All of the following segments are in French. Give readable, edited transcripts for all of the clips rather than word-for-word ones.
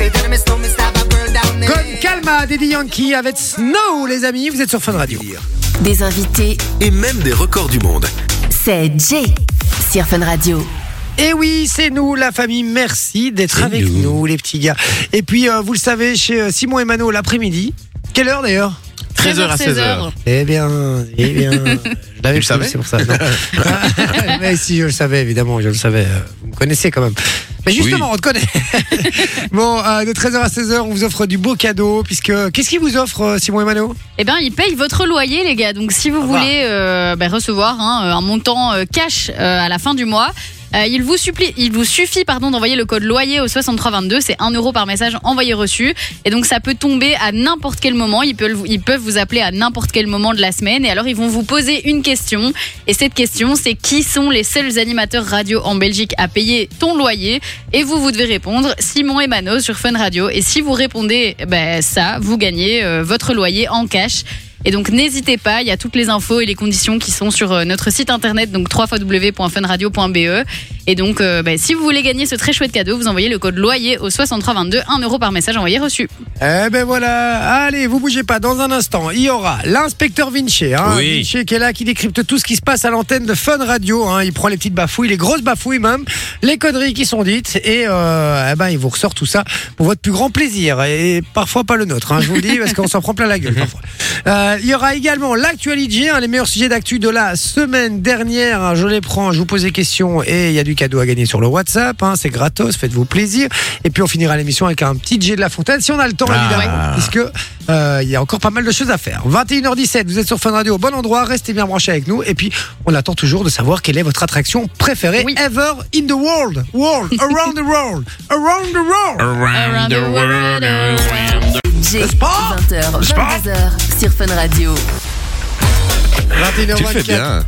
Con Calma, Daddy Yankee avec Snow, les amis, vous êtes sur Fun Radio. Des invités Et même des records du monde. C'est Jay sur Fun Radio. Et oui, c'est nous, la famille. Merci d'être C'est avec nous. nous, les petits gars. Et puis, vous le savez, chez Simon et Mano, l'après-midi. Quelle heure d'ailleurs? 13h à 16h. Eh bien. Je l'avais Tu le savais c'est pour ça. Non. Mais si, je le savais, évidemment, je le savais. Vous me connaissez quand même. Mais justement, Oui. on te connaît. Bon, de 13h à 16h, on vous offre du beau cadeau. Puisque, qu'est-ce qu'ils vous offrent, Simon et Mano? Eh ben, ils payent votre loyer, les gars. Donc, si vous voulez recevoir un montant cash à la fin du mois, il vous suffit d'envoyer le code loyer au 6322. C'est 1 euro par message envoyé reçu. Et donc, ça peut tomber à n'importe quel moment. Ils peuvent vous appeler à n'importe quel moment de la semaine. Et alors, ils vont vous poser une question. Et cette question, c'est qui sont les seuls animateurs radio en Belgique à payer ton loyer? Et vous devez répondre Simon et Mano sur Fun Radio. Et si vous répondez ça, vous gagnez votre loyer en cash. Et donc n'hésitez pas, il y a toutes les infos et les conditions qui sont sur notre site internet, donc www.funradio.be. Et donc si vous voulez gagner ce très chouette cadeau, vous envoyez le code loyer au 6322, 1 euro par message envoyé reçu. Eh ben voilà, allez, vous bougez pas. Dans un instant, il y aura l'inspecteur Vinci, Oui. Vinci qui est là, qui décrypte tout ce qui se passe à l'antenne de Fun Radio. Il prend les petites bafouilles, les grosses bafouilles même, les conneries qui sont dites, et il vous ressort tout ça pour votre plus grand plaisir, et parfois pas le nôtre. Je vous le dis parce qu'on s'en prend plein la gueule parfois. Il y aura également l'actualité, les meilleurs sujets d'actu de la semaine dernière. Je les prends, je vous pose des questions et il y a du cadeau à gagner sur le WhatsApp. C'est gratos, faites-vous plaisir. Et puis on finira l'émission avec un petit jet de la fontaine si on a le temps, évidemment, puisque il y a encore pas mal de choses à faire. 21h17, vous êtes sur Fun Radio, au bon endroit, restez bien branchés avec nous. Et puis on attend toujours de savoir quelle est votre attraction préférée ever in the world, around the world, around the world. Around the world, around Jay, Le sport 20h, 22h sur Fun Radio. 21h24.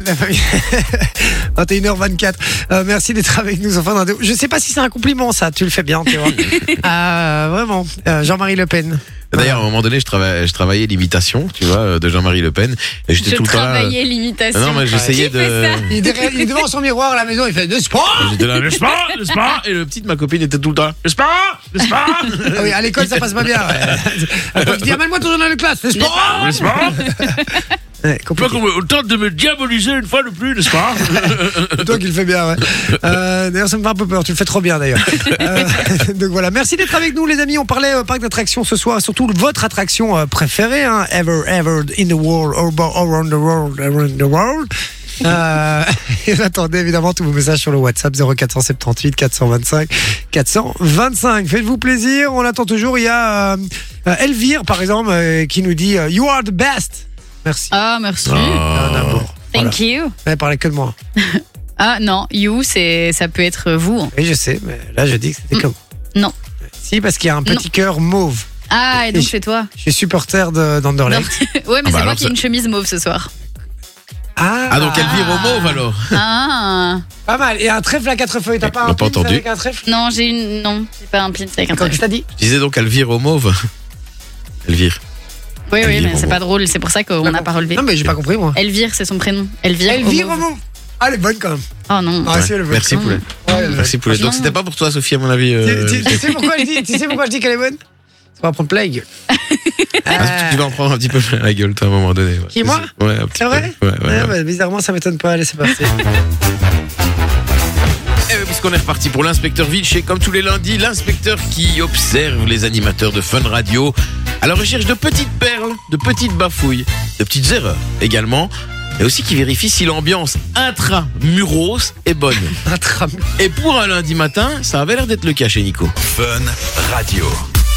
21h24. Merci d'être avec nous sur Fun Radio. Je sais pas si c'est un compliment, ça. Tu le fais bien, tu vois. Vraiment. Jean-Marie Le Pen. D'ailleurs, à un moment donné, je travaillais l'imitation, tu vois, de Jean-Marie Le Pen. Et j'étais Je tout le temps là. travaillais l'imitation. Non, mais j'essayais Qui fait de. ça Il est devant son miroir à la maison, il fait de sport. J'étais là, n'est-ce pas? Et le petit de ma copine était tout le temps, n'est-ce pas? Ah oui, à l'école, ça passe pas bien. Ouais. Quand tu dis, amène-moi ton journal de classe, fais sport. N'est-ce pas? Ouais, Pas compliqué. qu'on me tente de me diaboliser une fois de plus, n'est-ce pas? C'est toi qui le fais bien, ouais. D'ailleurs, ça me fait un peu peur. Tu le fais trop bien, d'ailleurs. Donc voilà. Merci d'être avec nous, les amis. On parlait parc d'attractions ce soir. Surtout votre attraction préférée, ever in the world, around the world. Et attendez évidemment tous vos messages sur le WhatsApp 0478 425 425. Faites-vous plaisir. On attend toujours. Il y a Elvire, par exemple, qui nous dit You are the best. Merci. Ah, merci. D'abord. Thank you. Elle parlait que de moi. Ah non, you, ça peut être vous. Oui, je sais, mais là, je dis que c'était comme. Non. Si, parce qu'il y a un petit cœur mauve. Ah, et donc Et c'est toi. Je suis supporter d'Anderlecht. Ouais, mais c'est moi alors qui ai une chemise mauve ce soir. Ah, donc elle vire au mauve alors. Ah. Pas mal. Et un trèfle à 4 feuilles. T'as pas On un l'a pas pin entendu. avec un trèfle? Non, j'ai une. Non, c'est pas un pin avec un Qu'est-ce que truc. t'as dit? Je disais donc elle vire au mauve. Elvire. Oui, Elvire mais c'est au pas mauve. drôle, c'est pour ça qu'on n'a pas relevé. Non, mais j'ai pas compris, moi. Elvire, c'est son prénom. Elvire. Elvire au au mauve. mauve. Ah, elle est bonne quand même. Oh non. Ah, si, elle est bonne. Merci poulet. Ouais, elle est bonne. Merci poulet. Donc Non. c'était pas pour toi, Sophie, à mon avis. Tu sais pourquoi je dis qu'elle est bonne? Ça va prendre plein la gueule. Tu vas en prendre un petit peu plein la gueule, toi, à un moment donné. Ouais. Qui, moi? Ouais, un petit C'est vrai? peu. Ouais. Bah, bizarrement, ça m'étonne pas. Allez, c'est parti. Et puisqu'on est reparti pour l'inspecteur Vinci, comme tous les lundis, l'inspecteur qui observe les animateurs de Fun Radio à la recherche de petites perles, de petites bafouilles, de petites erreurs également, et aussi qui vérifie si l'ambiance intramuros est bonne. Et pour un lundi matin, ça avait l'air d'être le cas chez Nico. Fun Radio.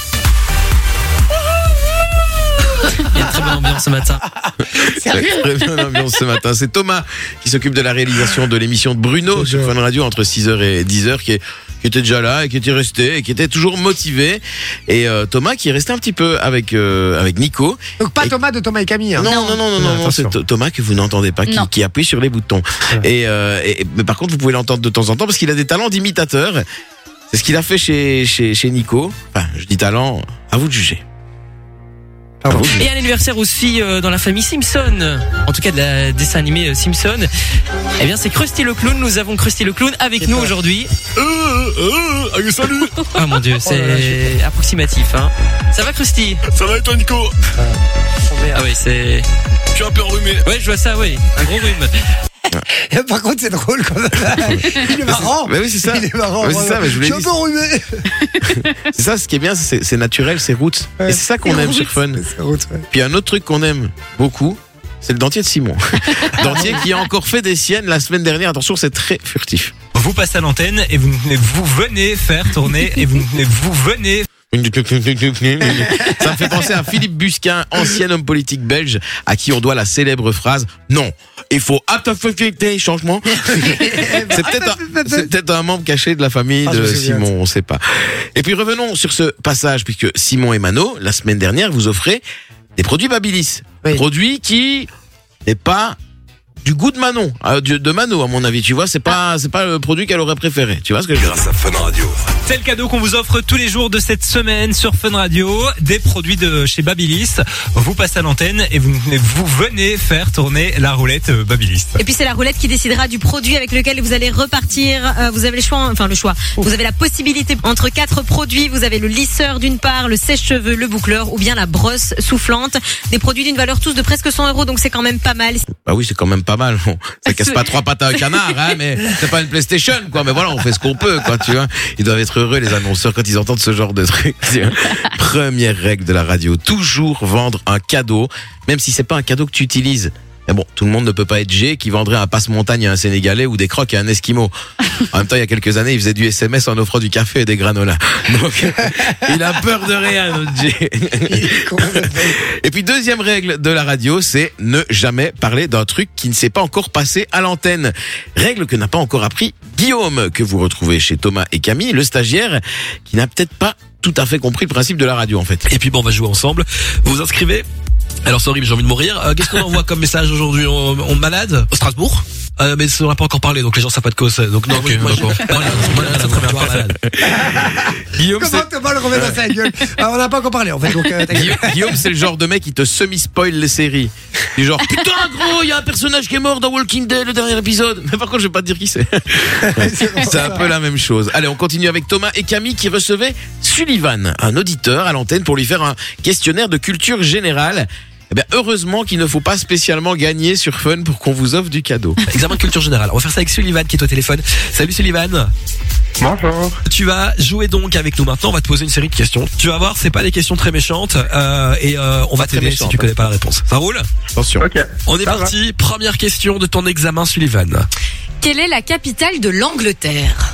Il y a une très bonne ambiance ce matin. Très bonne ambiance ce matin. C'est Thomas qui s'occupe de la réalisation de l'émission de Bruno sur Fun Radio entre 6h et 10h qui était déjà là et qui était resté et qui était toujours motivé. Et Thomas qui est resté un petit peu avec Nico. Donc, pas Et- Thomas de Thomas et Camille. Hein. Non, c'est attention. Thomas que vous n'entendez pas, Non. qui appuie sur les boutons. Ouais. Mais par contre, vous pouvez l'entendre de temps en temps parce qu'il a des talents d'imitateur. C'est ce qu'il a fait chez Nico. Enfin, je dis talent, à vous de juger. Pardon. Et un anniversaire aussi dans la famille Simpson. En tout cas de la dessin animé Simpson. Eh bien c'est Krusty le Clown. Nous avons Krusty le Clown avec nous aujourd'hui. Allez, salut. Ah mon dieu, c'est approximatif. Hein. Ça va Krusty? Ça va et toi, Nico? Ah oui, c'est... Je suis un peu enrhumé. Ouais, je vois ça, oui. Un gros rhume. Par contre, c'est drôle quand même. Il est marrant. Mais oui, c'est ça. Il est marrant. Ouais, c'est ça, mais je voulais suis un peu enrhumé. C'est ça, ce qui est bien, c'est naturel, c'est roots. Ouais. Et c'est ça qu'on aime sur Fun. C'est route, ouais. Puis un autre truc qu'on aime beaucoup, c'est le dentier de Simon. Dentier qui a encore fait des siennes la semaine dernière. Attention, c'est très furtif. Vous passez à l'antenne et vous venez faire tourner et vous venez. Ça me fait penser à Philippe Busquin, ancien homme politique belge, à qui on doit la célèbre phrase « Non, il faut accepter changement ». C'est peut-être un membre caché de la famille de Simon, on sait pas. Et puis revenons sur ce passage, puisque Simon et Mano, la semaine dernière, vous offrez des produits Babyliss. Oui. Produits qui n'est pas du goût de Manon, de Mano à mon avis, tu vois, c'est pas le produit qu'elle aurait préféré, tu vois ce que je veux dire? Grâce à Fun Radio. C'est le cadeau qu'on vous offre tous les jours de cette semaine sur Fun Radio, des produits de chez Babyliss. Vous passez à l'antenne et vous venez faire tourner la roulette Babyliss. Et puis c'est la roulette qui décidera du produit avec lequel vous allez repartir. Vous avez le choix. Vous avez la possibilité entre 4 produits. Vous avez le lisseur d'une part, le sèche-cheveux, le boucleur ou bien la brosse soufflante. Des produits d'une valeur tous de presque 100 €, donc c'est quand même pas mal. Bah oui, c'est quand même pas mal. Bon, ça casse pas 3 pattes à un canard, hein, mais c'est pas une PlayStation, quoi. Mais voilà, on fait ce qu'on peut, quoi, tu vois. Ils doivent être heureux, les annonceurs, quand ils entendent ce genre de truc. Première règle de la radio, toujours vendre un cadeau, même si c'est pas un cadeau que tu utilises. Mais bon, tout le monde ne peut pas être G qui vendrait un passe-montagne à un Sénégalais ou des crocs à un Esquimau. En même temps, il y a quelques années, il faisait du SMS en offrant du café et des granolas. Donc, il a peur de rien, notre G. Et puis, deuxième règle de la radio, c'est ne jamais parler d'un truc qui ne s'est pas encore passé à l'antenne. Règle que n'a pas encore appris Guillaume, que vous retrouvez chez Thomas et Camille, le stagiaire, qui n'a peut-être pas tout à fait compris le principe de la radio, en fait. Et puis bon, on va jouer ensemble. Vous vous inscrivez? Alors sorry, mais j'ai envie de mourir. Qu'est-ce qu'on envoie comme message aujourd'hui? On malade? Strasbourg? Mais ça on n'a pas encore parlé, donc les gens savent pas de quoi c'est. Donc non, Okay, moi c'est très bien, malade. Guillaume, Comment Thomas le remet dans sa gueule? On n'a pas encore parlé en fait. Donc, Guillaume, c'est le genre de mec qui te semi-spoil les séries. Du genre, putain gros, il y a un personnage qui est mort dans Walking Dead, le dernier épisode. Mais par contre, je vais pas te dire qui c'est. C'est un peu la même chose. Allez, on continue avec Thomas et Camille qui recevaient Sullivan, un auditeur à l'antenne pour lui faire un questionnaire de culture générale. Eh bien, heureusement qu'il ne faut pas spécialement gagner sur Fun pour qu'on vous offre du cadeau. Examen de culture générale. On va faire ça avec Sullivan qui est au téléphone. Salut Sullivan. Bonjour. Tu vas jouer donc avec nous maintenant. On va te poser une série de questions. Tu vas voir, c'est pas des questions très méchantes on va t'aider si tu connais pas la réponse. Ça roule? Attention. Ok. On est parti. Première question de ton examen, Sullivan. Quelle est la capitale de l'Angleterre?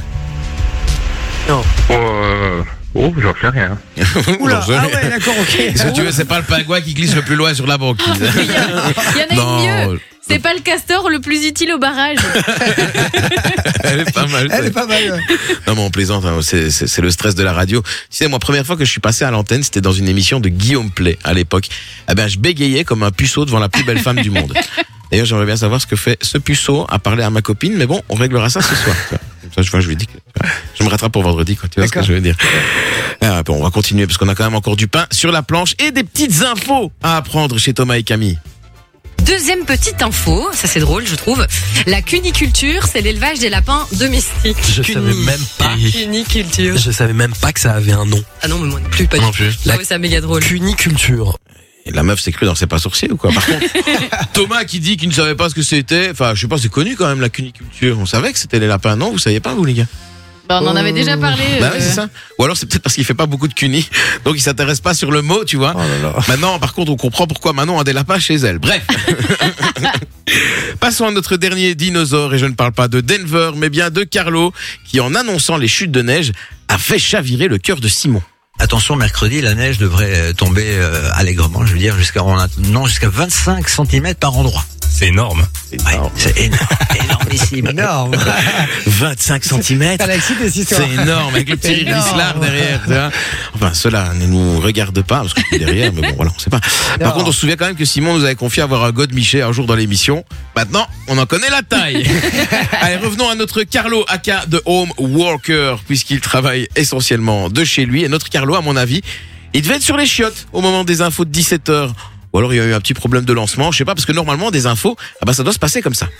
J'en sais rien. Oula, J'en sais ah rien. ouais, d'accord, ok. Est-ce que tu veux, c'est pas le pingouin qui glisse le plus loin sur la banquise. Il y en a une mieux. C'est pas le castor le plus utile au barrage. Elle est pas mal. Elle est pas mal. Ouais. Non, mais on plaisante, hein. C'est le stress de la radio. Tu sais, moi, première fois que je suis passé à l'antenne, c'était dans une émission de Guillaume Play, à l'époque. Eh ben, je bégayais comme un puceau devant la plus belle femme du monde. D'ailleurs, j'aimerais bien savoir ce que fait ce puceau à parler à ma copine, mais bon, on réglera ça ce soir. Tu vois, je lui dis que je me rattrape pour vendredi, quoi. Tu vois ce que je veux dire. Bon, on va continuer parce qu'on a quand même encore du pain sur la planche et des petites infos à apprendre chez Thomas et Camille. Deuxième petite info, ça c'est drôle je trouve. La cuniculture, c'est l'élevage des lapins domestiques. Je savais même pas. Cuniculture. Je savais même pas que ça avait un nom. Ah non mais moi non plus, pas Non du tout. plus. Je trouvais ça méga drôle. Cuniculture. Et la meuf s'est crue dans C'est pas sorcier ou quoi? Par contre, Thomas qui dit qu'il ne savait pas ce que c'était, enfin, je sais pas, c'est connu quand même la cuniculture. On savait que c'était les lapins, non? Vous saviez pas, vous, les gars? Bah, on en avait déjà parlé. Bah oui, c'est ça. Ou alors c'est peut-être parce qu'il fait pas beaucoup de cunis, donc il s'intéresse pas sur le mot, tu vois. Oh là là. Maintenant, par contre, on comprend pourquoi Manon a des lapins chez elle. Bref. Passons à notre dernier dinosaure, et je ne parle pas de Denver, mais bien de Carlo, qui en annonçant les chutes de neige, a fait chavirer le cœur de Simon. Attention, mercredi, la neige devrait tomber allègrement, je veux dire, jusqu'à 25 cm par endroit. C'est énorme. Ouais, c'est énorme, énormissime. Énorme. 25 cm. T'as l'excité, cette histoire. C'est énorme, avec le petit Énorme. Rivislar derrière. Tu vois. Enfin, cela ne nous regarde pas, parce que je suis derrière, mais bon, voilà, on sait pas. Par contre, on se souvient quand même que Simon nous avait confié avoir un God Miché un jour dans l'émission. Maintenant, on en connaît la taille. Allez, revenons à notre Carlo, aka de Home Worker, puisqu'il travaille essentiellement de chez lui. Et notre Carlo, à mon avis, Il devait être sur les chiottes au moment des infos de 17h. Ou alors il y a eu un petit problème de lancement, je sais pas, parce que normalement des infos, ça doit se passer comme ça.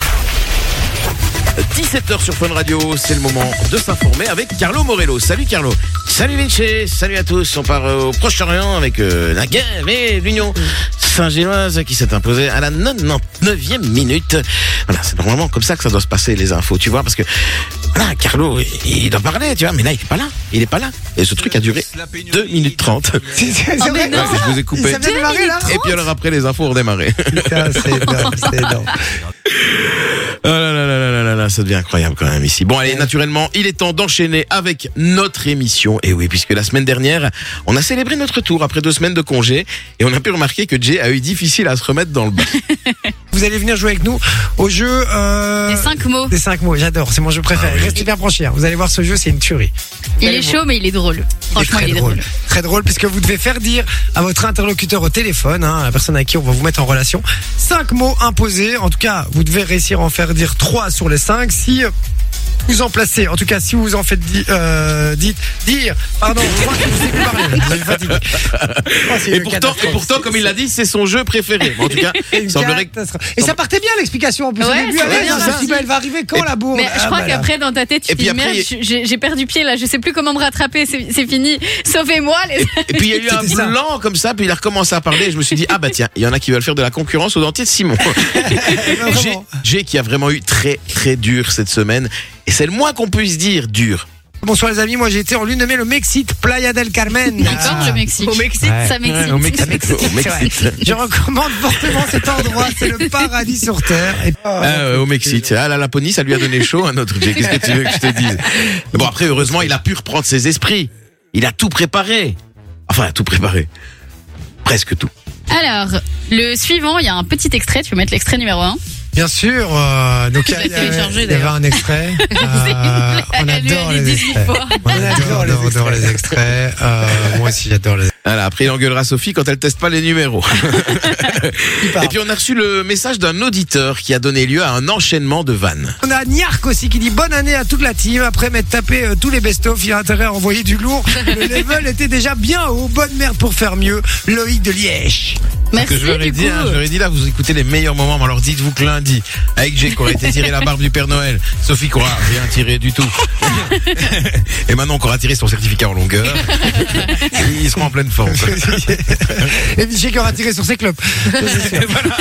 17h sur Fun Radio, c'est le moment de s'informer avec Carlo Morello. Salut Carlo. Salut Vinci, salut à tous. On part au Proche-Orient avec la guerre et l'Union Saint-Gilloise qui s'est imposée à la 99e minute. Voilà, c'est normalement comme ça que ça doit se passer les infos, tu vois, parce que voilà, Carlo, il doit parler, tu vois, mais là il est pas là. Et ce truc a duré 2 minutes 30. C'est vrai. Je vous ai coupé. Ça vient de démarrer là. Et puis alors après les infos ont redémarré. Putain, c'est énorme. Oh là, ça devient incroyable quand même ici. Bon allez, naturellement, il est temps d'enchaîner avec notre émission. Et oui, puisque la semaine dernière, on a célébré notre tour après 2 semaines de congé. Et on a pu remarquer que Jay a eu difficile à se remettre dans le bain. Vous allez venir jouer avec nous au jeu... Les 5 mots. Des 5 mots, j'adore, c'est mon jeu préféré. Restez bien branchés, hein. Vous allez voir, ce jeu, c'est une tuerie. Il est chaud, mais il est drôle. Franchement, il est drôle. Très drôle, puisque vous devez faire dire à votre interlocuteur au téléphone, la personne avec qui on va vous mettre en relation, 5 mots imposés. En tout cas, vous devez réussir à en faire dire 3 sur les 5. Si vous en placez, en tout cas, si vous en faites dire, pardon, je crois que vous avez parlé, vous avez fatigué. Et pourtant, comme il l'a dit, c'est son jeu préféré. En tout cas, il semblerait que... Et ça partait bien l'explication en plus. Ouais, au début, ça va bien, je me suis dit, elle va arriver quand la bourre? Mais je crois qu'après, dans ta tête, tu te dis, merde, j'ai perdu pied là, je sais plus comment me rattraper, c'est fini, sauvez-moi les amis. Et puis il y a eu un blanc comme ça, puis il a recommencé à parler, et je me suis dit, ah bah tiens, il y en a qui veulent faire de la concurrence au dentier de Simon. J'ai qui a vraiment eu très très dur cette semaine, et c'est le moins qu'on puisse dire dur. Bonsoir les amis, moi j'ai été en lune de miel au Mexique, Playa del Carmen. D'accord, le Mexique. Au Mexique, ouais. Ça m'excite. Au Mexique. Je recommande fortement cet endroit, c'est le paradis sur terre. Et au Mexique. Ah, la Laponie, ça lui a donné chaud, un autre. Qu'est-ce que tu veux que je te dise? Bon, après, heureusement, il a pu reprendre ses esprits. Il a tout préparé. Enfin, tout préparé. Presque tout. Alors, le suivant, il y a un petit extrait. Tu peux mettre l'extrait numéro 1. Bien sûr, donc il y avait un extrait. On adore les extraits. On adore les extraits. Moi aussi, j'adore les extraits. Voilà, après il engueulera Sophie quand elle teste pas les numéros. Et puis on a reçu le message d'un auditeur qui a donné lieu à un enchaînement de vannes. On a Niark aussi qui dit bonne année à toute la team. Après m'être tapé tous les best-of, il a intérêt à envoyer du lourd. Le level était déjà bien haut. Bonne merde pour faire mieux. Loïc de Liège. Merci, que je leur ai dit, là, vous écoutez les meilleurs moments. Alors dites-vous que lundi, avec Jay qui aurait été tiré la barbe du Père Noël, Sophie qui aura rien tiré du tout, et Manon qui aura tiré son certificat en longueur, ils seront en pleine forme. Et Michel qui aura tiré sur ses clopes. Voilà.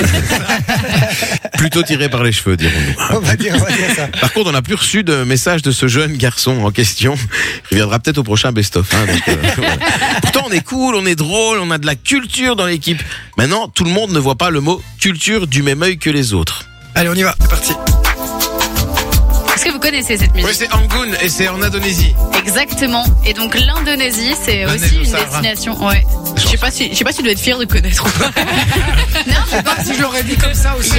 Plutôt tiré par les cheveux, dirons-nous. On va dire ça. Par contre, on n'a plus reçu de message de ce jeune garçon en question. Il reviendra peut-être au prochain best-of. Voilà. Pourtant, on est cool, on est drôle, on a de la culture dans l'équipe. Maintenant, tout le monde ne voit pas le mot culture du même œil que les autres. Allez, on y va, c'est parti. Est-ce que vous connaissez cette musique? Oui, c'est Angoon et c'est en Indonésie. Exactement. Et donc l'Indonésie, c'est aussi une destination. Ouais. Je sais pas si tu dois être fier de connaître ou pas. Non, je sais pas si je l'aurais dit comme ça aussi.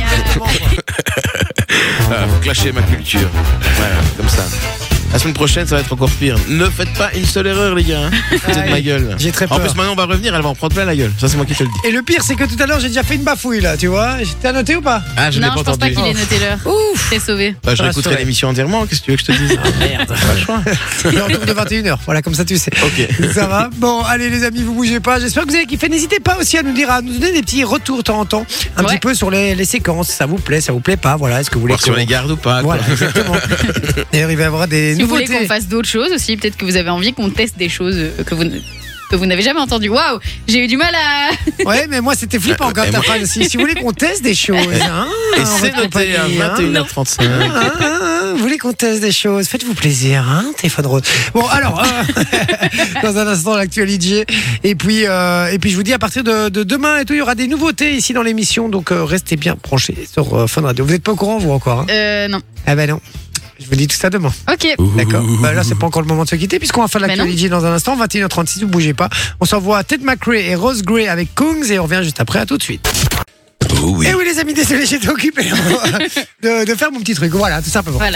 Faut clasher ma culture. Voilà, comme ça. La semaine prochaine, ça va être encore pire. Ne faites pas une seule erreur, les gars. C'est de ma gueule. J'ai très peur. En plus, maintenant, on va revenir, elle va en prendre plein la gueule. Ça, c'est moi qui te le dis. Et le pire, c'est que tout à l'heure, j'ai déjà fait une bafouille, là, tu vois. T'as noté ou pas? Ah, je l'ai pas pense entendu. pas qu'il ait noté l'heure. Ouf, t'es sauvé. Bah, je réécouterai l'émission entièrement. Qu'est-ce que tu veux que je te dise? Ah, merde. Pas le choix. Il est en tour de 21h. Voilà, comme ça, tu sais. Ok. Ça va? Bon, allez, les amis, vous bougez pas. J'espère que vous avez kiffé. N'hésitez pas aussi à nous dire, à nous donner des petits retours de temps en temps. Un petit peu sur les séquences. Ça vous plaît pas? Voilà. Est-ce que vous voulez voir si on les garde ou pas? Voilà, exactement. D'ailleurs, il va y avoir des nouveautés. Si vous voulez qu'on fasse d'autres choses aussi, peut-être que vous avez envie qu'on teste des choses que vous n'avez jamais entendues. Waouh, j'ai eu du mal à... Ouais, mais moi c'était flippant quand ta phrase aussi. Si vous voulez qu'on teste des choses, et c'est noté à 21h35. Vous voulez qu'on teste des choses, faites-vous plaisir, hein, téléphone rose. Bon, alors, dans un instant l'actualité. Et puis je vous dis à partir de demain et tout, il y aura des nouveautés ici dans l'émission, donc restez bien branchés sur Fun Radio. Vous n'êtes pas au courant, vous encore? Non. Ah ben non. Je vous dis tout ça demain. Ok. D'accord. Bah là, c'est pas encore le moment de se quitter puisqu'on va faire l'actualité dans un instant. 21h36, vous bougez pas. On s'envoie à Ted McRae et Rose Gray avec Kungs et on revient juste après. À tout de suite. Oh oui. Et oui, les amis, désolé, j'étais occupé de faire mon petit truc. Voilà, tout simplement. Voilà.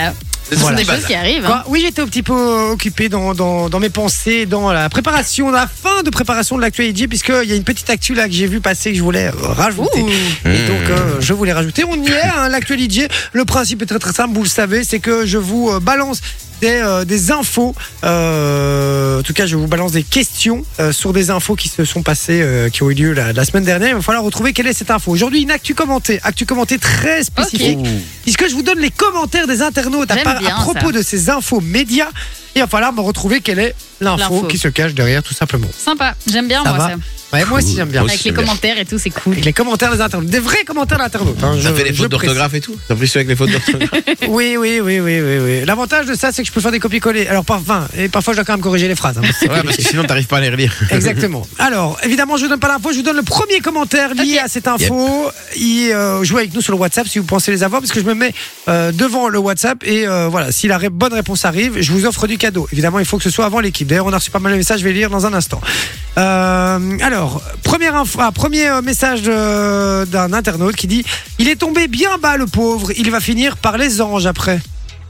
Ce sont Voilà. des Des choses bazars. qui arrivent. Quoi Hein. Oui, j'étais un petit peu occupé dans mes pensées, dans la préparation, dans la fin de préparation de l'actualité, puisqu'il y a une petite actu là que j'ai vu passer que je voulais rajouter. Et donc, je voulais rajouter. On y est, hein, l'actualité. Le principe est très très simple, vous le savez, c'est que je vous balance des infos. En tout cas, je vous balance des questions sur des infos qui se sont passées, qui ont eu lieu la semaine dernière. Il va falloir retrouver quelle est cette info. Aujourd'hui, une actu commentée très spécifique. Puisque je vous donne les commentaires des internautes J'aime bien à propos ça. de ces infos médias. Il va falloir me retrouver quelle est l'info L'info. qui se cache derrière, tout simplement. Sympa. J'aime bien, Ça moi, va ça. Ouais, moi aussi, j'aime bien. Moi Avec aussi, les j'aime bien. commentaires et tout, c'est cool. Avec les commentaires des internautes. Des vrais commentaires d'internautes. Hein, Ça fait les je fautes précise. d'orthographe et tout. Ça plus avec les fautes d'orthographe. Oui. L'avantage de ça, c'est que je peux faire des copier-coller. Alors, parfois, je dois quand même corriger les phrases. Hein, parce que c'est Ouais, parce que sinon, t'arrives pas à les relire. Exactement. Alors, évidemment, je ne donne pas l'info, je vous donne le premier commentaire lié Ok. à cette info. Jouez avec nous sur le WhatsApp si vous pensez les avoir, parce que je me mets devant le WhatsApp et voilà, si la bonne réponse arrive, je vous offre du cadeau. Évidemment, il faut que ce soit avant l'équipe. D'ailleurs, on a reçu pas mal de messages, je vais lire dans un instant. Alors, premier message d'un internaute qui dit: il est tombé bien bas, le pauvre, il va finir par les anges après.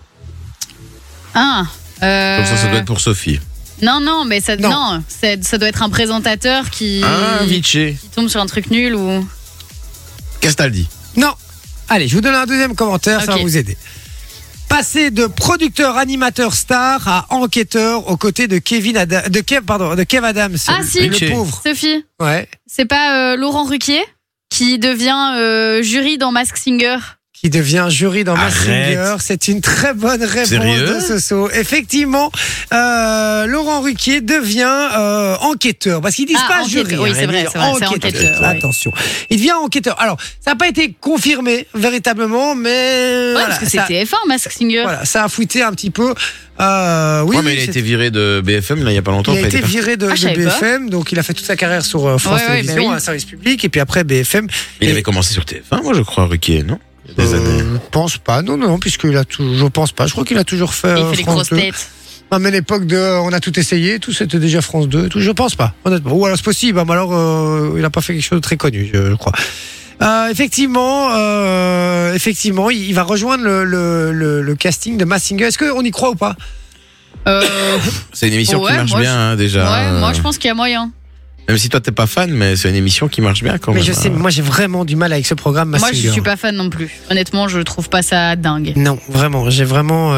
Ah. Comme ça doit être pour Sophie. Non, mais ça, Non. non, ça doit être un présentateur qui Vichy. tombe sur un truc nul ou. Castaldi. Non. Allez, je vous donne un deuxième commentaire, ça va Ok. vous aider. Passer de producteur, animateur, star à enquêteur aux côtés de Kev Adams. Ah, si. le Richie. pauvre. Sophie, Ouais. c'est pas Laurent Ruquier qui devient jury dans Mask Singer? Qui devient jury dans Mask Arrête. Singer. C'est une très bonne réponse Sérieux de Soso. Effectivement, Laurent Ruquier devient enquêteur. Parce qu'ils disent Ah, pas enquêteur. jury. Oui, hein, c'est ils vrai, disent c'est vrai, c'est enquêteur, ouais. Attention. Il devient enquêteur. Alors, ça n'a pas été confirmé véritablement, mais Ouais, voilà, parce que ça, c'est TF1 Mask Singer. voilà, ça a fouetté un petit peu. Oui, Ouais, mais il a c'est- été viré de BFM là, il y a pas longtemps. Il a enfin, été était viré de Ah, je savais pas. BFM, donc il a fait toute sa carrière sur France Ouais, ouais, Télévisions, bah oui. un service public, et puis après BFM. Il Et- avait commencé sur TF1, moi je crois, Ruquier, non Il y a des années. Je pense pas, non, puisqu'il a toujours, je pense pas. Je crois qu'il a toujours fait. Et il fait les France grosses 2. têtes. À même l'époque de, on a tout essayé, tout c'était déjà France 2, tout. Je pense pas, honnêtement. Ou alors c'est possible, mais alors il a pas fait quelque chose de très connu, je crois. Effectivement, il va rejoindre le casting de Mask Singer. Est-ce qu'on y croit ou pas? C'est une émission Ouais, qui marche moi, bien, hein, déjà. Ouais, moi je pense qu'il y a moyen. Même si toi t'es pas fan, mais c'est une émission qui marche bien quand Mais même. je sais, moi j'ai vraiment du mal avec ce programme Mask Moi je Singer. suis pas fan non plus. Honnêtement, je trouve pas ça dingue. Non, vraiment, j'ai vraiment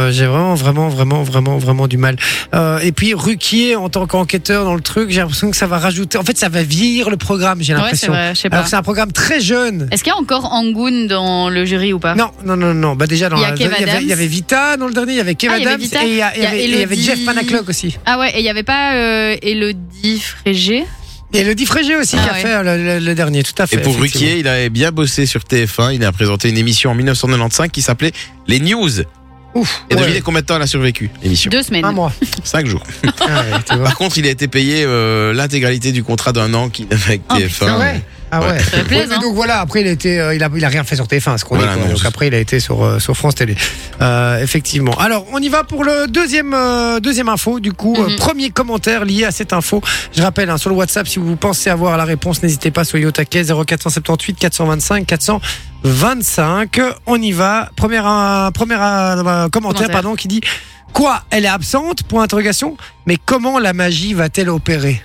du mal. Et puis Ruquier en tant qu'enquêteur dans le truc, j'ai l'impression que ça va rajouter. En fait, ça va vieillir le programme. J'ai Ouais, c'est l'impression. vrai, je sais pas. Alors que c'est un programme très jeune. Est-ce qu'il y a encore Angoon dans le jury ou pas? Non. Bah déjà dans Il y a la- Kev Adams. il y avait Vita dans le dernier, il y avait Kev Ah, il y avait Adams Vita. et il y avait Elodie. Jeff Panaclock aussi. Ah ouais, et il y avait pas Élodie Frégé? Et Elodie Frégé aussi Ah qui a ouais. fait le dernier, tout à fait. Et pour effectivement. Ruquier, il avait bien bossé sur TF1. Il a présenté une émission en 1995 qui s'appelait Les News. Ouf. Et ouais. devinez combien de temps elle a survécu, l'émission 2 semaines. Un mois. 5 jours. Ah ouais, tu vois. Par contre, il a été payé l'intégralité du contrat d'un an qu'il avait avec Oh, TF1. putain, ouais. Ah ouais. Ça fait plaisir, Ouais, mais hein. donc voilà, après il a rien fait sur TF1, ce qu'on Voilà, dit. Quoi. non, Donc c'est- après il a été sur France Télé. Effectivement. Alors on y va pour le deuxième info. Du coup, premier commentaire lié à cette info. Je rappelle sur le WhatsApp, si vous pensez avoir la réponse, n'hésitez pas, soyez au taquet 0478 425 425. On y va. Premier commentaire pardon qui dit: quoi, elle est absente? Point d'interrogation. Mais comment la magie va-t-elle opérer?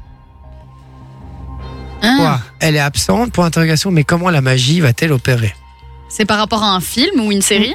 Quoi, elle est absente? Point d'interrogation. Mais comment la magie va-t-elle opérer? C'est par rapport à un film ou une série?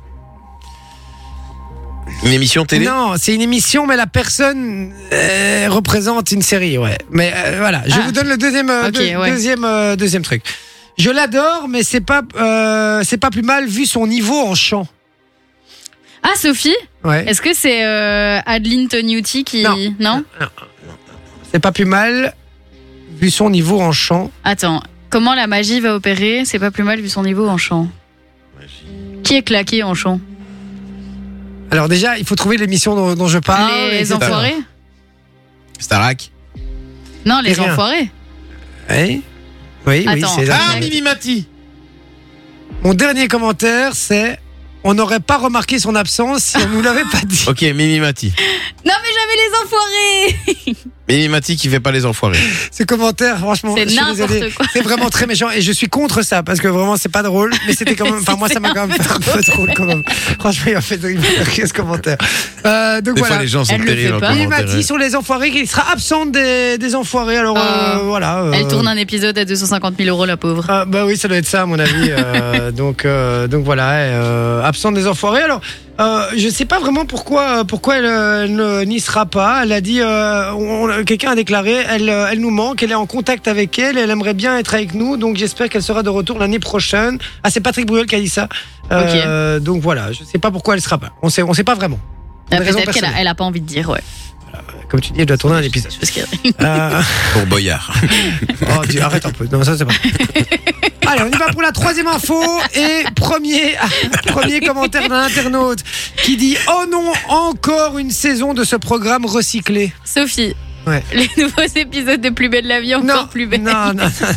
Une émission télé. Non, c'est une émission, mais la personne représente une série, ouais. Mais voilà, je vous donne le deuxième, deuxième truc. Je l'adore, mais c'est pas plus mal vu son niveau en chant. Ah, Sophie? Ouais. Est-ce que c'est Adeline Tognuti qui. Non. C'est pas plus mal vu son niveau en chant. Attends, comment la magie va opérer? C'est pas plus mal vu son niveau en chant. Qui est claqué en chant? Alors déjà, il faut trouver l'émission dont je parle. Les etc. enfoirés? Starac. Non, les Et rien. enfoirés. Oui, oui, Attends. c'est Ah, Mimi Mati. Mon dernier commentaire, c'est: on n'aurait pas remarqué son absence si on nous l'avait pas dit. Ok, Mimi Mati. Non, mais j'avais les enfoirés! Mimimati qui fait pas les enfoirés. Ce commentaire, franchement, C'est je suis n'importe désolé. quoi. C'est vraiment très méchant et je suis contre ça parce que vraiment c'est pas drôle, mais c'était quand même. Enfin moi ça m'a quand même fait un peu drôle quand même. Franchement il m'a fait rire ce commentaire. Donc Des voilà. fois les gens sont Elle le terribles fait en pas. commentaire. Mimimati sur les enfoirés, qui sera absente des enfoirés. Alors voilà. Elle tourne un épisode à 250 000 euros, la pauvre. Ah, bah oui, ça doit être ça à mon avis. Donc voilà, absente des enfoirés. Alors, je sais pas vraiment pourquoi elle n'y sera pas. Elle a dit, quelqu'un a déclaré, elle nous manque, elle est en contact avec elle aimerait bien être avec nous. Donc j'espère qu'elle sera de retour l'année prochaine. Ah, c'est Patrick Bruel qui a dit ça. Donc voilà, je sais pas pourquoi elle sera pas. On sait pas vraiment. Pour des raisons Peut-être qu'elle personnelles. a pas envie de dire, ouais. Comme tu dis, elle doit tourner un épisode. Parce que- Pour Boyard. Oh, arrête un peu. Non, ça c'est pas. Allez, on y va pour la troisième info et premier commentaire d'un internaute qui dit « Oh non, encore une saison de ce programme recyclé. Sophie. Ouais. Les nouveaux épisodes de Plus belle la vie, encore plus belle. Non.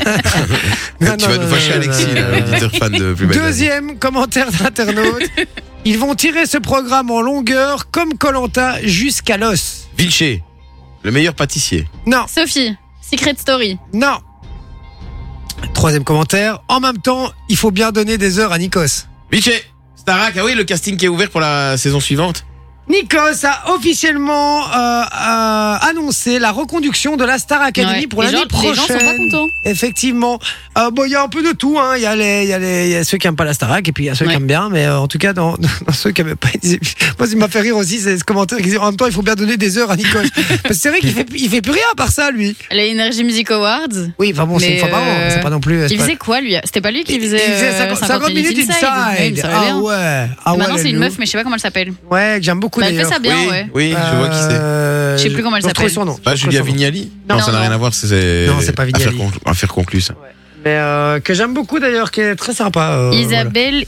Tu vas nous fâcher Alexis, l'auditeur fan de Plus belle la vie. Deuxième commentaire d'internaute. Ils vont tirer ce programme en longueur comme Koh-Lanta jusqu'à l'os. Vilcher, le meilleur pâtissier. Non, Sophie. Secret Story. non. Troisième commentaire. En même temps, il faut bien donner des heures à Nikos. Vilcher, Starac, ah oui, le casting qui est ouvert pour la saison suivante. Nikos a officiellement annoncé la reconduction de la Star Academy Ouais. pour Les l'année gens- les prochaine. gens sont pas contents. Effectivement. Bon, il y a un peu de tout. Hein. Il y a ceux qui aiment pas la Starac et puis il y a ceux qui Ouais. aiment bien. Mais en tout cas, dans ceux qui aiment pas, moi, ce qui m'a fait rire aussi, c'est ce commentaire qui dit en même temps, il faut bien donner des heures à Nikos. Parce que c'est vrai qu'il fait plus rien à part ça, lui. Les Energy Music Awards. Oui, enfin bon, c'est Mais, une fois par an. C'est pas non plus. c'est Il pas- faisait quoi, lui? C'était pas lui qui faisait, il faisait 50 minutes inside. Ouais, ça va bien. Ouais. Ah ouais. Maintenant, c'est une elle meuf, mais je sais pas comment elle s'appelle. Ouais, que j'aime beaucoup Bah, elle fait d'ailleurs. ça bien, oui, ouais. oui, je vois qui c'est. Je sais plus comment elle je retrouve s'appelle. son nom. Pas Je retrouve Julia son nom. Vignali Non, ça n'a non. rien à voir, c'est Non, c'est pas Vignali. affaire conclue, ça. Mais que j'aime beaucoup d'ailleurs, qui est très sympa. Isabelle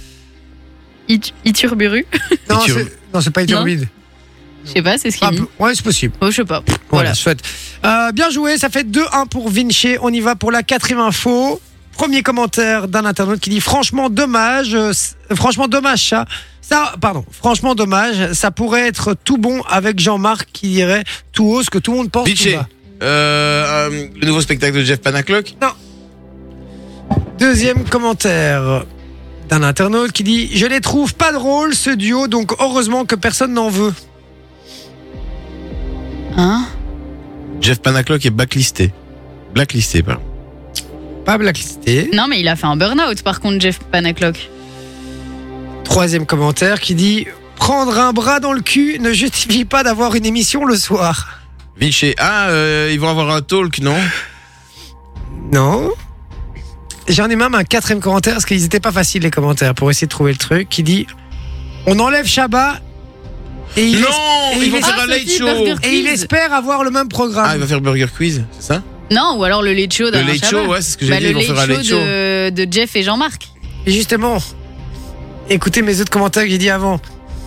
Iturburu. Voilà. Itur- Non, c'est pas Iturbide. Je sais pas, c'est ce qu'il dit. Ouais, c'est possible. Oh, je sais pas. Voilà, Voilà. chouette. Bien joué, ça fait 2-1 pour Vinci. On y va pour la quatrième info. Premier commentaire d'un internaute qui dit franchement dommage ça. Franchement dommage, ça pourrait être tout bon avec Jean-Marc qui dirait tout haut ce que tout le monde pense tout Vilcher, bas. le nouveau spectacle de Jeff Panaclock. Deuxième commentaire d'un internaute qui dit je les trouve pas drôles ce duo donc heureusement que personne n'en veut. Hein? Jeff Panaclock est blacklisté, pardon. Pas blacklisté. Non, mais il a fait un burn-out, par contre, Jeff Panaclock. Troisième commentaire qui dit prendre un bras dans le cul ne justifie pas d'avoir une émission le soir. Vilcher, ils vont avoir un talk, non? Non. J'en ai même un quatrième commentaire parce qu'ils étaient pas faciles les commentaires pour essayer de trouver le truc qui dit on enlève Chabat et il, Non, et ils vont il faire un Sophie, late show. Burger et il Quiz. espère avoir le même programme. Ah, il va faire Burger Quiz, c'est ça? Non, ou alors le late show Le d'Alain late Chabat. show, ouais, c'est ce que j'ai Bah, dit, le ils vont faire un late late show show. de Jeff et Jean-Marc. Et justement, écoutez mes autres commentaires que j'ai dit avant.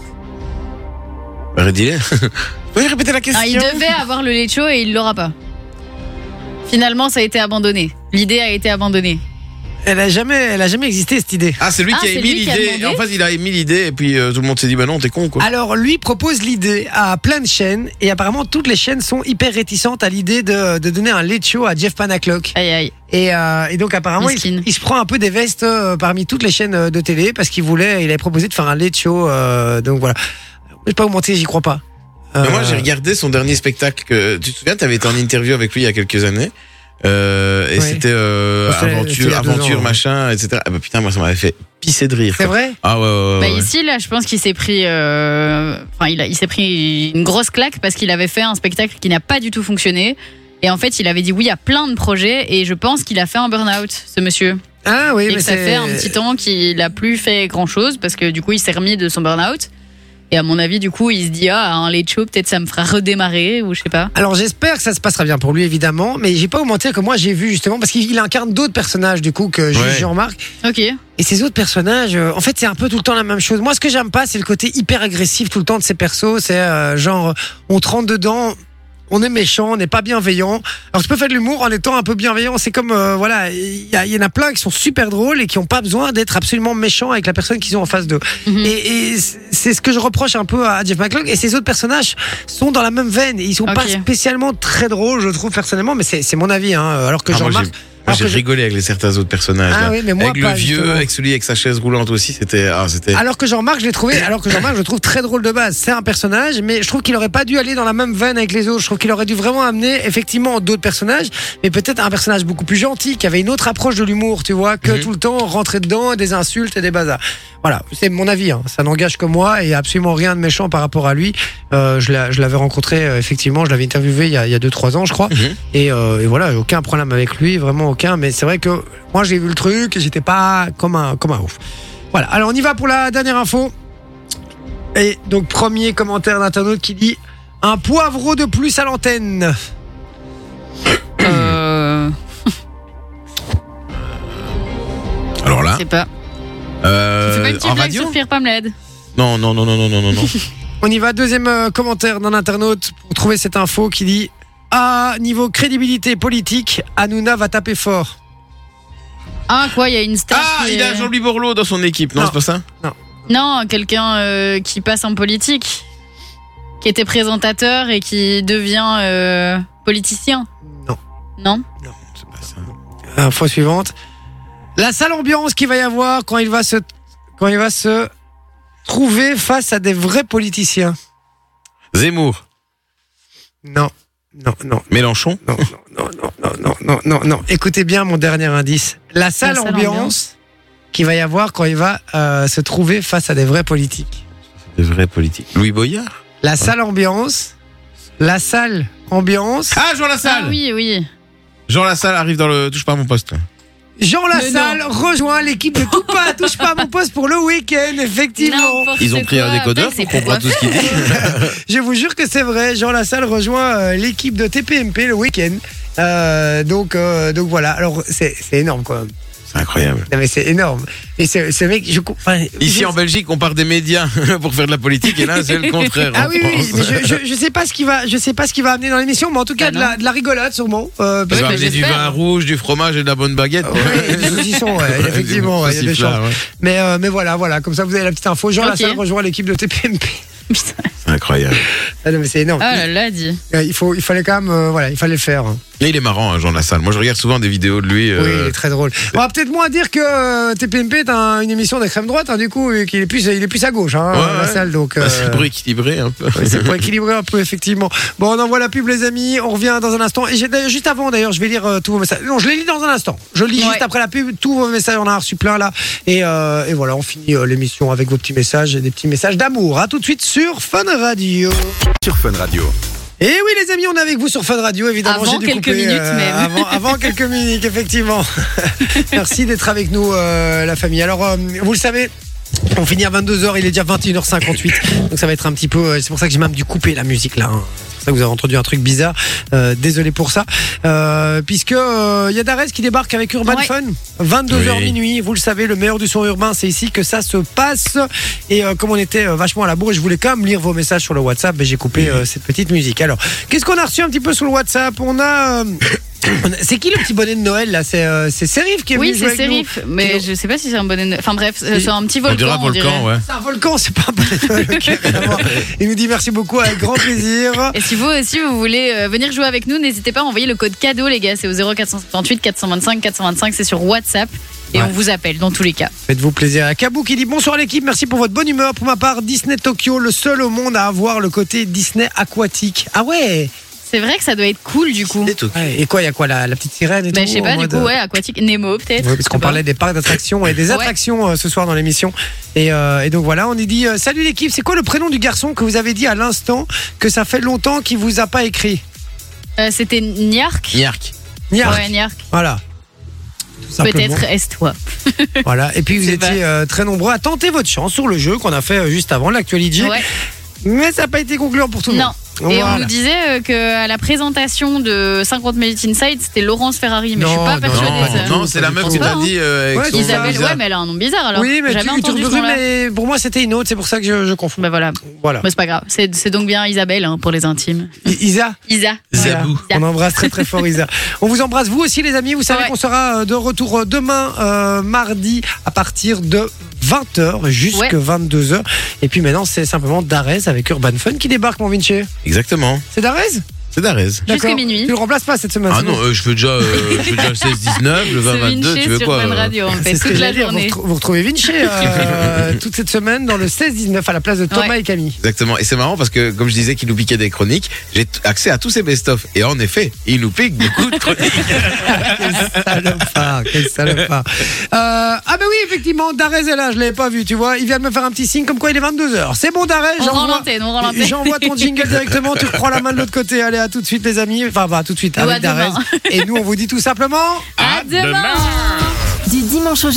Redis-les. Vous pouvez répéter la question? Ah, il devait avoir le late show et il l'aura pas. Finalement, ça a été abandonné. L'idée a été abandonnée. Elle a jamais existé cette idée. Ah, c'est lui Ah, qui a c'est émis lui qui a l'idée. demandé En fait, il a émis l'idée et puis tout le monde s'est dit bah non, t'es con quoi. Alors lui propose l'idée à plein de chaînes et apparemment toutes les chaînes sont hyper réticentes à l'idée de donner un late show à Jeff Panaclock. Aïe, aïe. Et donc apparemment Miskin. il se prend un peu des vestes parmi toutes les chaînes de télé parce il avait proposé de faire un late show. Donc voilà. Je vais pas vous mentir, j'y crois pas. Mais moi, j'ai regardé son dernier spectacle. Tu te souviens, t'avais été en interview avec lui il y a quelques années. Et Ouais. c'était C'était il y a 2 aventure, ans, machin, etc. Ah bah putain, moi ça m'avait fait pisser de rire. C'est quoi. vrai? Ah ouais. Bah, ici, là, je pense qu'il s'est pris, il s'est pris une grosse claque parce qu'il avait fait un spectacle qui n'a pas du tout fonctionné. Et en fait, il avait dit oui à plein de projets et je pense qu'il a fait un burn-out, ce monsieur. Ah oui, Et mais que ça fait un petit temps qu'il a plus fait grand chose parce que du coup, il s'est remis de son burn-out. Et à mon avis, du coup, il se dit un late show, peut-être ça me fera redémarrer ou je sais pas. Alors j'espère que ça se passera bien pour lui évidemment, mais j'ai pas vous mentir que moi j'ai vu justement parce qu'il incarne d'autres personnages du coup que Ouais. Jean-Marc. Ok. Et ces autres personnages, en fait, c'est un peu tout le temps la même chose. Moi, ce que j'aime pas, c'est le côté hyper agressif tout le temps de ces persos. C'est genre, on te rentre dedans. on est méchant, on n'est pas bienveillant. Alors tu peux faire de l'humour en étant un peu bienveillant. C'est comme voilà, il y en a plein qui sont super drôles et qui n'ont pas besoin d'être absolument méchants avec la personne qu'ils ont en face d'eux. Et c'est ce que je reproche un peu à Jeff McClough. Et ces autres personnages sont dans la même veine. Ils sont pas spécialement très drôles, je trouve personnellement, mais c'est mon avis. Alors que Jean-Marc. Moi, j'ai rigolé avec certains autres personnages. Ah là. oui, mais moi, avec pas, le vieux, justement. avec celui avec sa chaise roulante aussi, c'était. Alors que Jean-Marc, je le trouve très drôle de base. C'est un personnage, mais je trouve qu'il aurait pas dû aller dans la même veine avec les autres. Je trouve qu'il aurait dû vraiment amener effectivement d'autres personnages, mais peut-être un personnage beaucoup plus gentil, qui avait une autre approche de l'humour, tu vois, que tout le temps rentrer dedans, des insultes et des bazars. Voilà, c'est mon avis. Ça n'engage que moi et absolument rien de méchant par rapport à lui. Je l'avais rencontré effectivement, je l'avais interviewé il y a 2-3 ans, je crois. Et voilà, aucun problème avec lui, vraiment aucun. Mais c'est vrai que moi j'ai vu le truc et j'étais pas comme un ouf. Voilà, alors on y va pour la dernière info. Et donc premier commentaire d'internaute qui dit un poivreau de plus à l'antenne. Alors là. Je sais pas. Tu fais pas une petite blague sur Fear Pamled? Non. On y va, deuxième commentaire d'un internaute pour trouver cette info qui dit niveau crédibilité politique, Hanouna va taper fort. Ah quoi, il y a une star. Il a Jean-Louis Borloo dans son équipe, non, c'est pas ça? Non, quelqu'un qui passe en politique, qui était présentateur et qui devient politicien. Non, c'est pas ça. Info suivante. La sale ambiance qu'il va y avoir quand il va se trouver face à des vrais politiciens. Zemmour. Non. Mélenchon. Non. Écoutez bien mon dernier indice. La sale ambiance qu'il va y avoir quand il va se trouver face à des vrais politiques. Des vrais politiques. Louis Boyard. La sale ambiance. La sale ambiance. Ah, Jean Lassalle. Ah oui. Jean Lassalle arrive dans le touche pas à mon poste. Jean Lassalle rejoint l'équipe de touche pas à mon poste pour le week-end, effectivement. Ils ont pris un décodeur pour comprendre tout ce qu'il dit. Je vous jure que c'est vrai. Jean Lassalle rejoint l'équipe de TPMP le week-end. Donc voilà. Alors c'est énorme quoi. C'est incroyable. Non mais c'est énorme. Et ce mec, ici en Belgique, on part des médias pour faire de la politique et là c'est le contraire. Ah oui, mais je sais pas ce qu'il va amener dans l'émission, mais en tout cas de la rigolade sûrement. Il va amener du vin rouge, du fromage et de la bonne baguette. Ouais, des saucissons, effectivement, il y a des chances. Mais voilà, comme ça vous avez la petite info. Jean Lassalle rejoint l'équipe de TPMP. C'est incroyable. Ah non mais c'est énorme. Ah là dit. Il fallait quand même, il fallait le faire. Et il est marrant, Jean Lassalle. Moi, je regarde souvent des vidéos de lui. Oui, il est très drôle. On va peut-être moins dire que TPMP est une émission d'extrême droite, du coup, qu'il est plus à gauche, Lassalle. Donc, c'est pour équilibrer un peu. C'est pour équilibrer un peu, effectivement. Bon, on envoie la pub, les amis. On revient dans un instant. Et juste avant, d'ailleurs, je vais lire tous vos messages. Non, je les lis dans un instant. Je lis juste après la pub. Tous vos messages, on en a reçu plein là. Et voilà, on finit l'émission avec vos petits messages et des petits messages d'amour. À tout de suite sur Fun Radio. Sur Fun Radio. Et oui les amis, on est avec vous sur Fun Radio évidemment. Avant quelques minutes même. Avant quelques minutes effectivement. Merci d'être avec nous la famille. Alors vous le savez, on finit à 22h, il est déjà 21h58. Donc ça va être un petit peu, c'est pour ça que j'ai même dû couper la musique là. C'est pour ça que vous avez entendu un truc bizarre. Désolé pour ça. Puisque il y a Darès qui débarque avec Urban Fun. 22h minuit, vous le savez, le meilleur du son urbain, c'est ici que ça se passe. Et comme on était vachement à la bourre, je voulais quand même lire vos messages sur le WhatsApp, mais j'ai coupé cette petite musique. Alors, qu'est-ce qu'on a reçu un petit peu sur le WhatsApp? On a c'est qui le petit bonnet de Noël là? C'est Serif qui est venu jouer avec nous. Oui, c'est Serif, mais je sais pas si c'est un bonnet de Noël. Enfin bref, c'est un petit volcan. On dirait un volcan, ouais. C'est un volcan, c'est pas un bonnet de Noël. Okay, il nous dit merci beaucoup, avec grand plaisir. Et si vous voulez venir jouer avec nous, n'hésitez pas à envoyer le code cadeau, les gars. C'est au 0478 425 425, c'est sur WhatsApp. Et on vous appelle dans tous les cas. Faites-vous plaisir. À Kabou qui dit bonsoir l'équipe, merci pour votre bonne humeur. Pour ma part, Disney Tokyo, le seul au monde à avoir le côté Disney aquatique. Ah ouais. C'est vrai que ça doit être cool du coup. Et quoi, il y a quoi, la petite sirène et tout? Je sais pas, du coup, aquatique, Nemo peut-être. Oui, parce qu'on parlait des parcs d'attractions et des attractions ce soir dans l'émission. Et donc voilà, on est dit salut l'équipe, c'est quoi le prénom du garçon que vous avez dit à l'instant que ça fait longtemps qu'il vous a pas écrit? C'était Niark. Ouais, Niark. Voilà. Peut-être est-toi. Voilà, et puis vous étiez très nombreux à tenter votre chance sur le jeu qu'on a fait juste avant l'actualité. Ouais. Mais ça n'a pas été concluant pour tout le monde. Et on Voilà. nous disait qu'à la présentation de 50 Minutes Inside, c'était Laurence Ferrari. Mais je suis Non, pas non, persuadée de ça. Non, c'est la meuf Je qui pense t'a pas, dit avec Ouais, son c'est Isabelle, bizarre. ouais, mais elle a un nom bizarre alors. Oui, mais Jamais tu entendu ce refuses, nom-là. mais pour moi c'était une autre, c'est pour ça que je confonds. Bah voilà, Voilà. mais c'est pas grave. C'est donc bien Isabelle hein, pour les intimes. Isa. Isa. Voilà. Zabou. On embrasse très très fort Isa. On vous embrasse vous aussi les amis. Vous savez Ouais. qu'on sera de retour demain mardi à partir de 20h jusqu'à 22h. Et puis maintenant c'est simplement Darès avec Urban Fun qui débarque mon Vinci. Exactement. C'est Darès? C'est Darès. Jusqu'à D'accord. minuit. Tu le remplaces pas cette semaine? Ah c'est non, bon. je veux déjà le 16-19, le Ce 20-22, Vinci tu veux sur quoi Fun Radio, on le fait C'est ce que toute la j'allais dire. journée. Vous retrouvez Vinci toute cette semaine dans le 16-19 à la place de Thomas Ouais. et Camille. Exactement. Et c'est marrant parce que, comme je disais qu'il nous piquait des chroniques, j'ai accès à tous ces best-of. Et en effet, il nous pique beaucoup de chroniques. Quel salopard, quel salopard. Ah ben oui, effectivement, Darès est là, je l'avais pas vu, tu vois. Il vient de me faire un petit signe comme quoi il est 22h. C'est bon, Darès, On rend l'antenne, on rend l'antenne. j'envoie ton jingle directement, tu reprends la main de l'autre côté. Allez, à tout de suite, les amis. Enfin, à tout de suite, Ou avec à demain. Darès. Et nous, on vous dit tout simplement. À demain. Du dimanche au